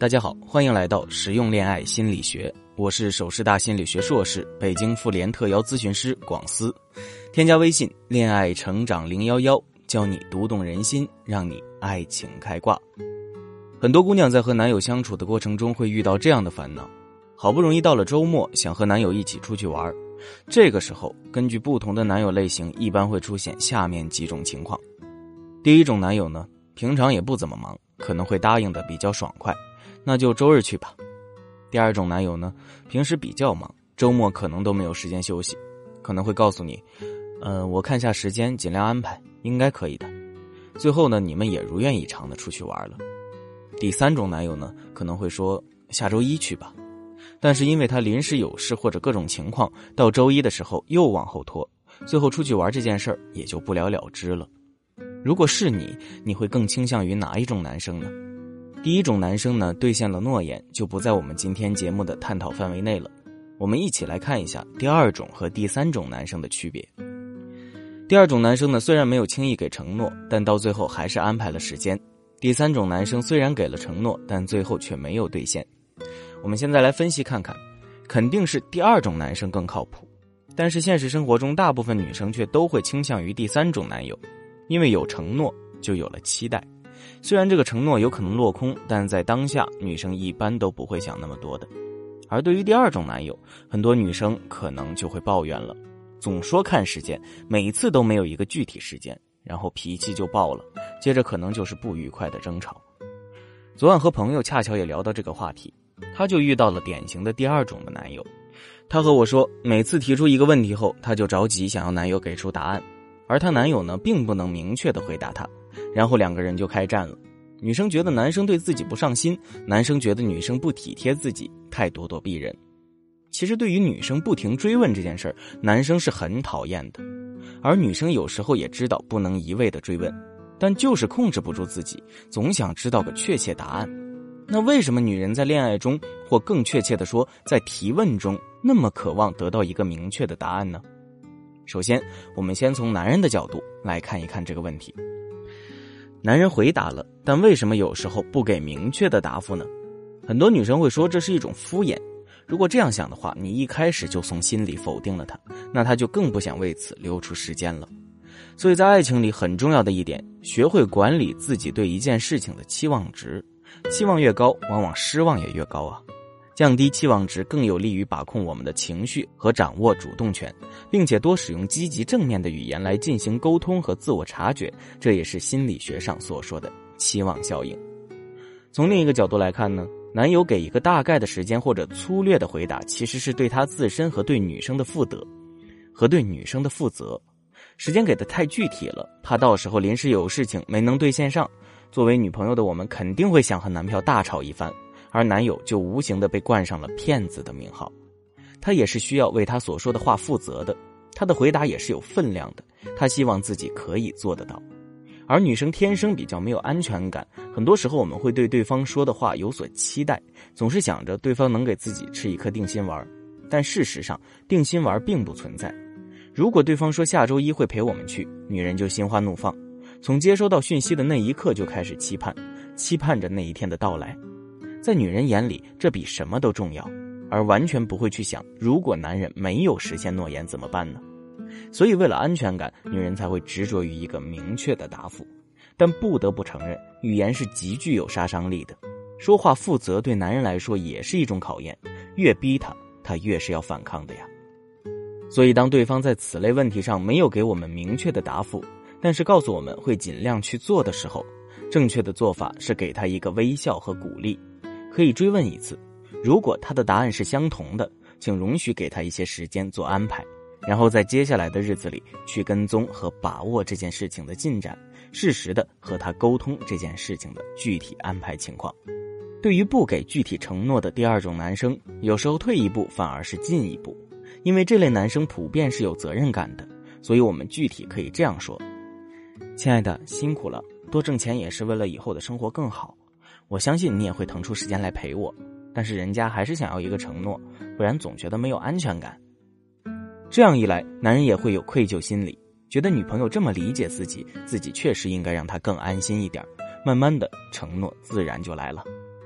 大家好，欢迎来到实用恋爱心理学，我是首师大心理学硕士、北京妇联特邀咨询师广思。添加微信恋爱成长011，教你读懂人心，让你爱情开挂。很多姑娘在和男友相处的过程中会遇到这样的烦恼，好不容易到了周末，想和男友一起出去玩，这个时候根据不同的男友类型，一般会出现下面几种情况。第一种男友呢，平常也不怎么忙，可能会答应的比较爽快，那就周日去吧。第二种男友呢，平时比较忙，周末可能都没有时间休息，可能会告诉你我看下时间尽量安排，应该可以的。最后呢，你们也如愿以偿的出去玩了。第三种男友呢，可能会说下周一去吧，但是因为他临时有事或者各种情况，到周一的时候又往后拖，最后出去玩这件事儿也就不了了之了。如果是你会更倾向于哪一种男生呢？第一种男生呢，兑现了诺言，就不在我们今天节目的探讨范围内了。我们一起来看一下第二种和第三种男生的区别。第二种男生呢，虽然没有轻易给承诺，但到最后还是安排了时间。第三种男生虽然给了承诺，但最后却没有兑现。我们现在来分析看看，肯定是第二种男生更靠谱，但是现实生活中大部分女生却都会倾向于第三种男友，因为有承诺就有了期待。虽然这个承诺有可能落空，但在当下女生一般都不会想那么多的。而对于第二种男友，很多女生可能就会抱怨了，总说看时间，每一次都没有一个具体时间，然后脾气就爆了，接着可能就是不愉快的争吵。昨晚和朋友恰巧也聊到这个话题，他就遇到了典型的第二种的男友。他和我说，每次提出一个问题后，他就着急想要男友给出答案，而她男友呢，并不能明确的回答她，然后两个人就开战了。女生觉得男生对自己不上心，男生觉得女生不体贴自己，太咄咄逼人。其实对于女生不停追问这件事儿，男生是很讨厌的，而女生有时候也知道不能一味的追问，但就是控制不住自己，总想知道个确切答案。那为什么女人在恋爱中，或更确切的说在提问中，那么渴望得到一个明确的答案呢？首先，我们先从男人的角度来看一看这个问题。男人回答了，但为什么有时候不给明确的答复呢？很多女生会说这是一种敷衍，如果这样想的话，你一开始就从心里否定了他，那他就更不想为此留出时间了。所以在爱情里很重要的一点，学会管理自己对一件事情的期望值，期望越高，往往失望也越高啊。降低期望值更有利于把控我们的情绪和掌握主动权，并且多使用积极正面的语言来进行沟通和自我察觉，这也是心理学上所说的期望效应。从另一个角度来看呢，男友给一个大概的时间或者粗略的回答，其实是对他自身和对女生的负责。时间给的太具体了，怕到时候临时有事情没能兑现上，作为女朋友的我们肯定会想和男票大吵一番，而男友就无形地被冠上了骗子的名号。他也是需要为他所说的话负责的，他的回答也是有分量的，他希望自己可以做得到。而女生天生比较没有安全感，很多时候我们会对对方说的话有所期待，总是想着对方能给自己吃一颗定心丸，但事实上定心丸并不存在。如果对方说下周一会陪我们去，女人就心花怒放，从接收到讯息的那一刻就开始期盼着那一天的到来。在女人眼里，这比什么都重要，而完全不会去想，如果男人没有实现诺言怎么办呢？所以为了安全感，女人才会执着于一个明确的答复。但不得不承认，语言是极具有杀伤力的，说话负责对男人来说也是一种考验，越逼他越是要反抗的呀。所以当对方在此类问题上没有给我们明确的答复，但是告诉我们会尽量去做的时候，正确的做法是给他一个微笑和鼓励，可以追问一次，如果他的答案是相同的，请容许给他一些时间做安排，然后在接下来的日子里去跟踪和把握这件事情的进展，适时的和他沟通这件事情的具体安排情况。对于不给具体承诺的第二种男生，有时候退一步反而是进一步，因为这类男生普遍是有责任感的，所以我们具体可以这样说：亲爱的，辛苦了，多挣钱也是为了以后的生活更好，我相信你也会腾出时间来陪我，但是人家还是想要一个承诺，不然总觉得没有安全感。这样一来，男人也会有愧疚心理，觉得女朋友这么理解自己，自己确实应该让她更安心一点，慢慢的承诺自然就来了。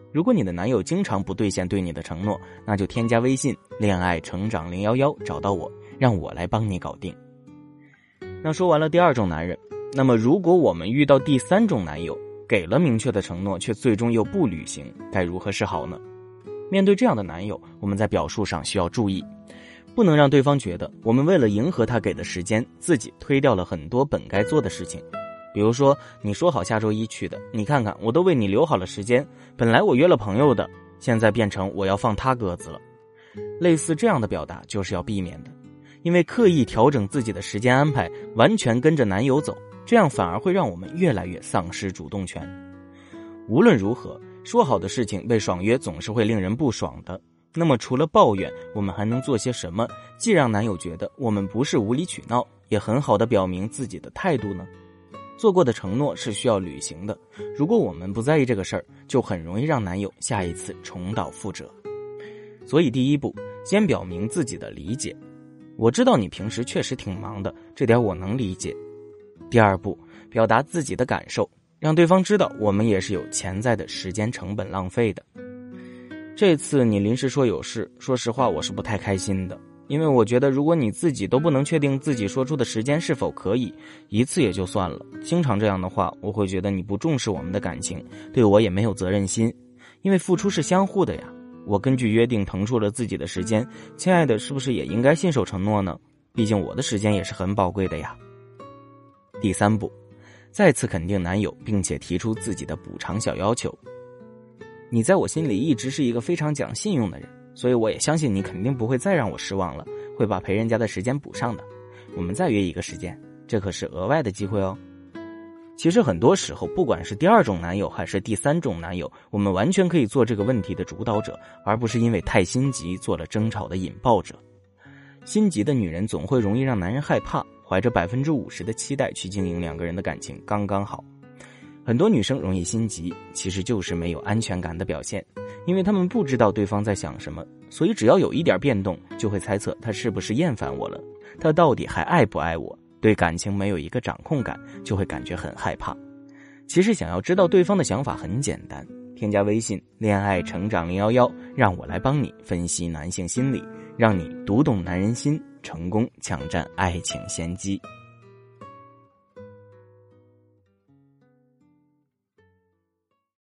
如果你的男友经常不兑现对你的承诺，那就添加微信恋爱成长011找到我，让我来帮你搞定。那说完了第二种男人，那么如果我们遇到第三种男友，给了明确的承诺却最终又不履行，该如何是好呢？面对这样的男友，我们在表述上需要注意，不能让对方觉得我们为了迎合他给的时间，自己推掉了很多本该做的事情。比如说，你说好下周一去的，你看看我都为你留好了时间，本来我约了朋友的，现在变成我要放他鸽子了。类似这样的表达就是要避免的，因为刻意调整自己的时间安排，完全跟着男友走，这样反而会让我们越来越丧失主动权。无论如何，说好的事情被爽约总是会令人不爽的，那么除了抱怨，我们还能做些什么，既让男友觉得我们不是无理取闹，也很好地表明自己的态度呢？做过的承诺是需要履行的，如果我们不在意这个事儿，就很容易让男友下一次重蹈覆辙。所以第一步，先表明自己的理解，我知道你平时确实挺忙的，这点我能理解。第二步，表达自己的感受，让对方知道我们也是有潜在的时间成本浪费的。这次你临时说有事，说实话我是不太开心的，因为我觉得如果你自己都不能确定自己说出的时间是否可以，一次也就算了，经常这样的话，我会觉得你不重视我们的感情，对我也没有责任心，因为付出是相互的呀。我根据约定腾出了自己的时间，亲爱的，是不是也应该信守承诺呢？毕竟我的时间也是很宝贵的呀。第三步，再次肯定男友，并且提出自己的补偿小要求。你在我心里一直是一个非常讲信用的人，所以我也相信你肯定不会再让我失望了，会把陪人家的时间补上的。我们再约一个时间，这可是额外的机会哦。其实很多时候，不管是第二种男友还是第三种男友，我们完全可以做这个问题的主导者，而不是因为太心急做了争吵的引爆者。心急的女人总会容易让男人害怕，怀着50%的期待去经营两个人的感情刚刚好。很多女生容易心急，其实就是没有安全感的表现，因为她们不知道对方在想什么，所以只要有一点变动，就会猜测他是不是厌烦我了，他到底还爱不爱我，对感情没有一个掌控感，就会感觉很害怕。其实想要知道对方的想法很简单，添加微信恋爱成长011，让我来帮你分析男性心理，让你读懂男人心，成功抢占爱情先机。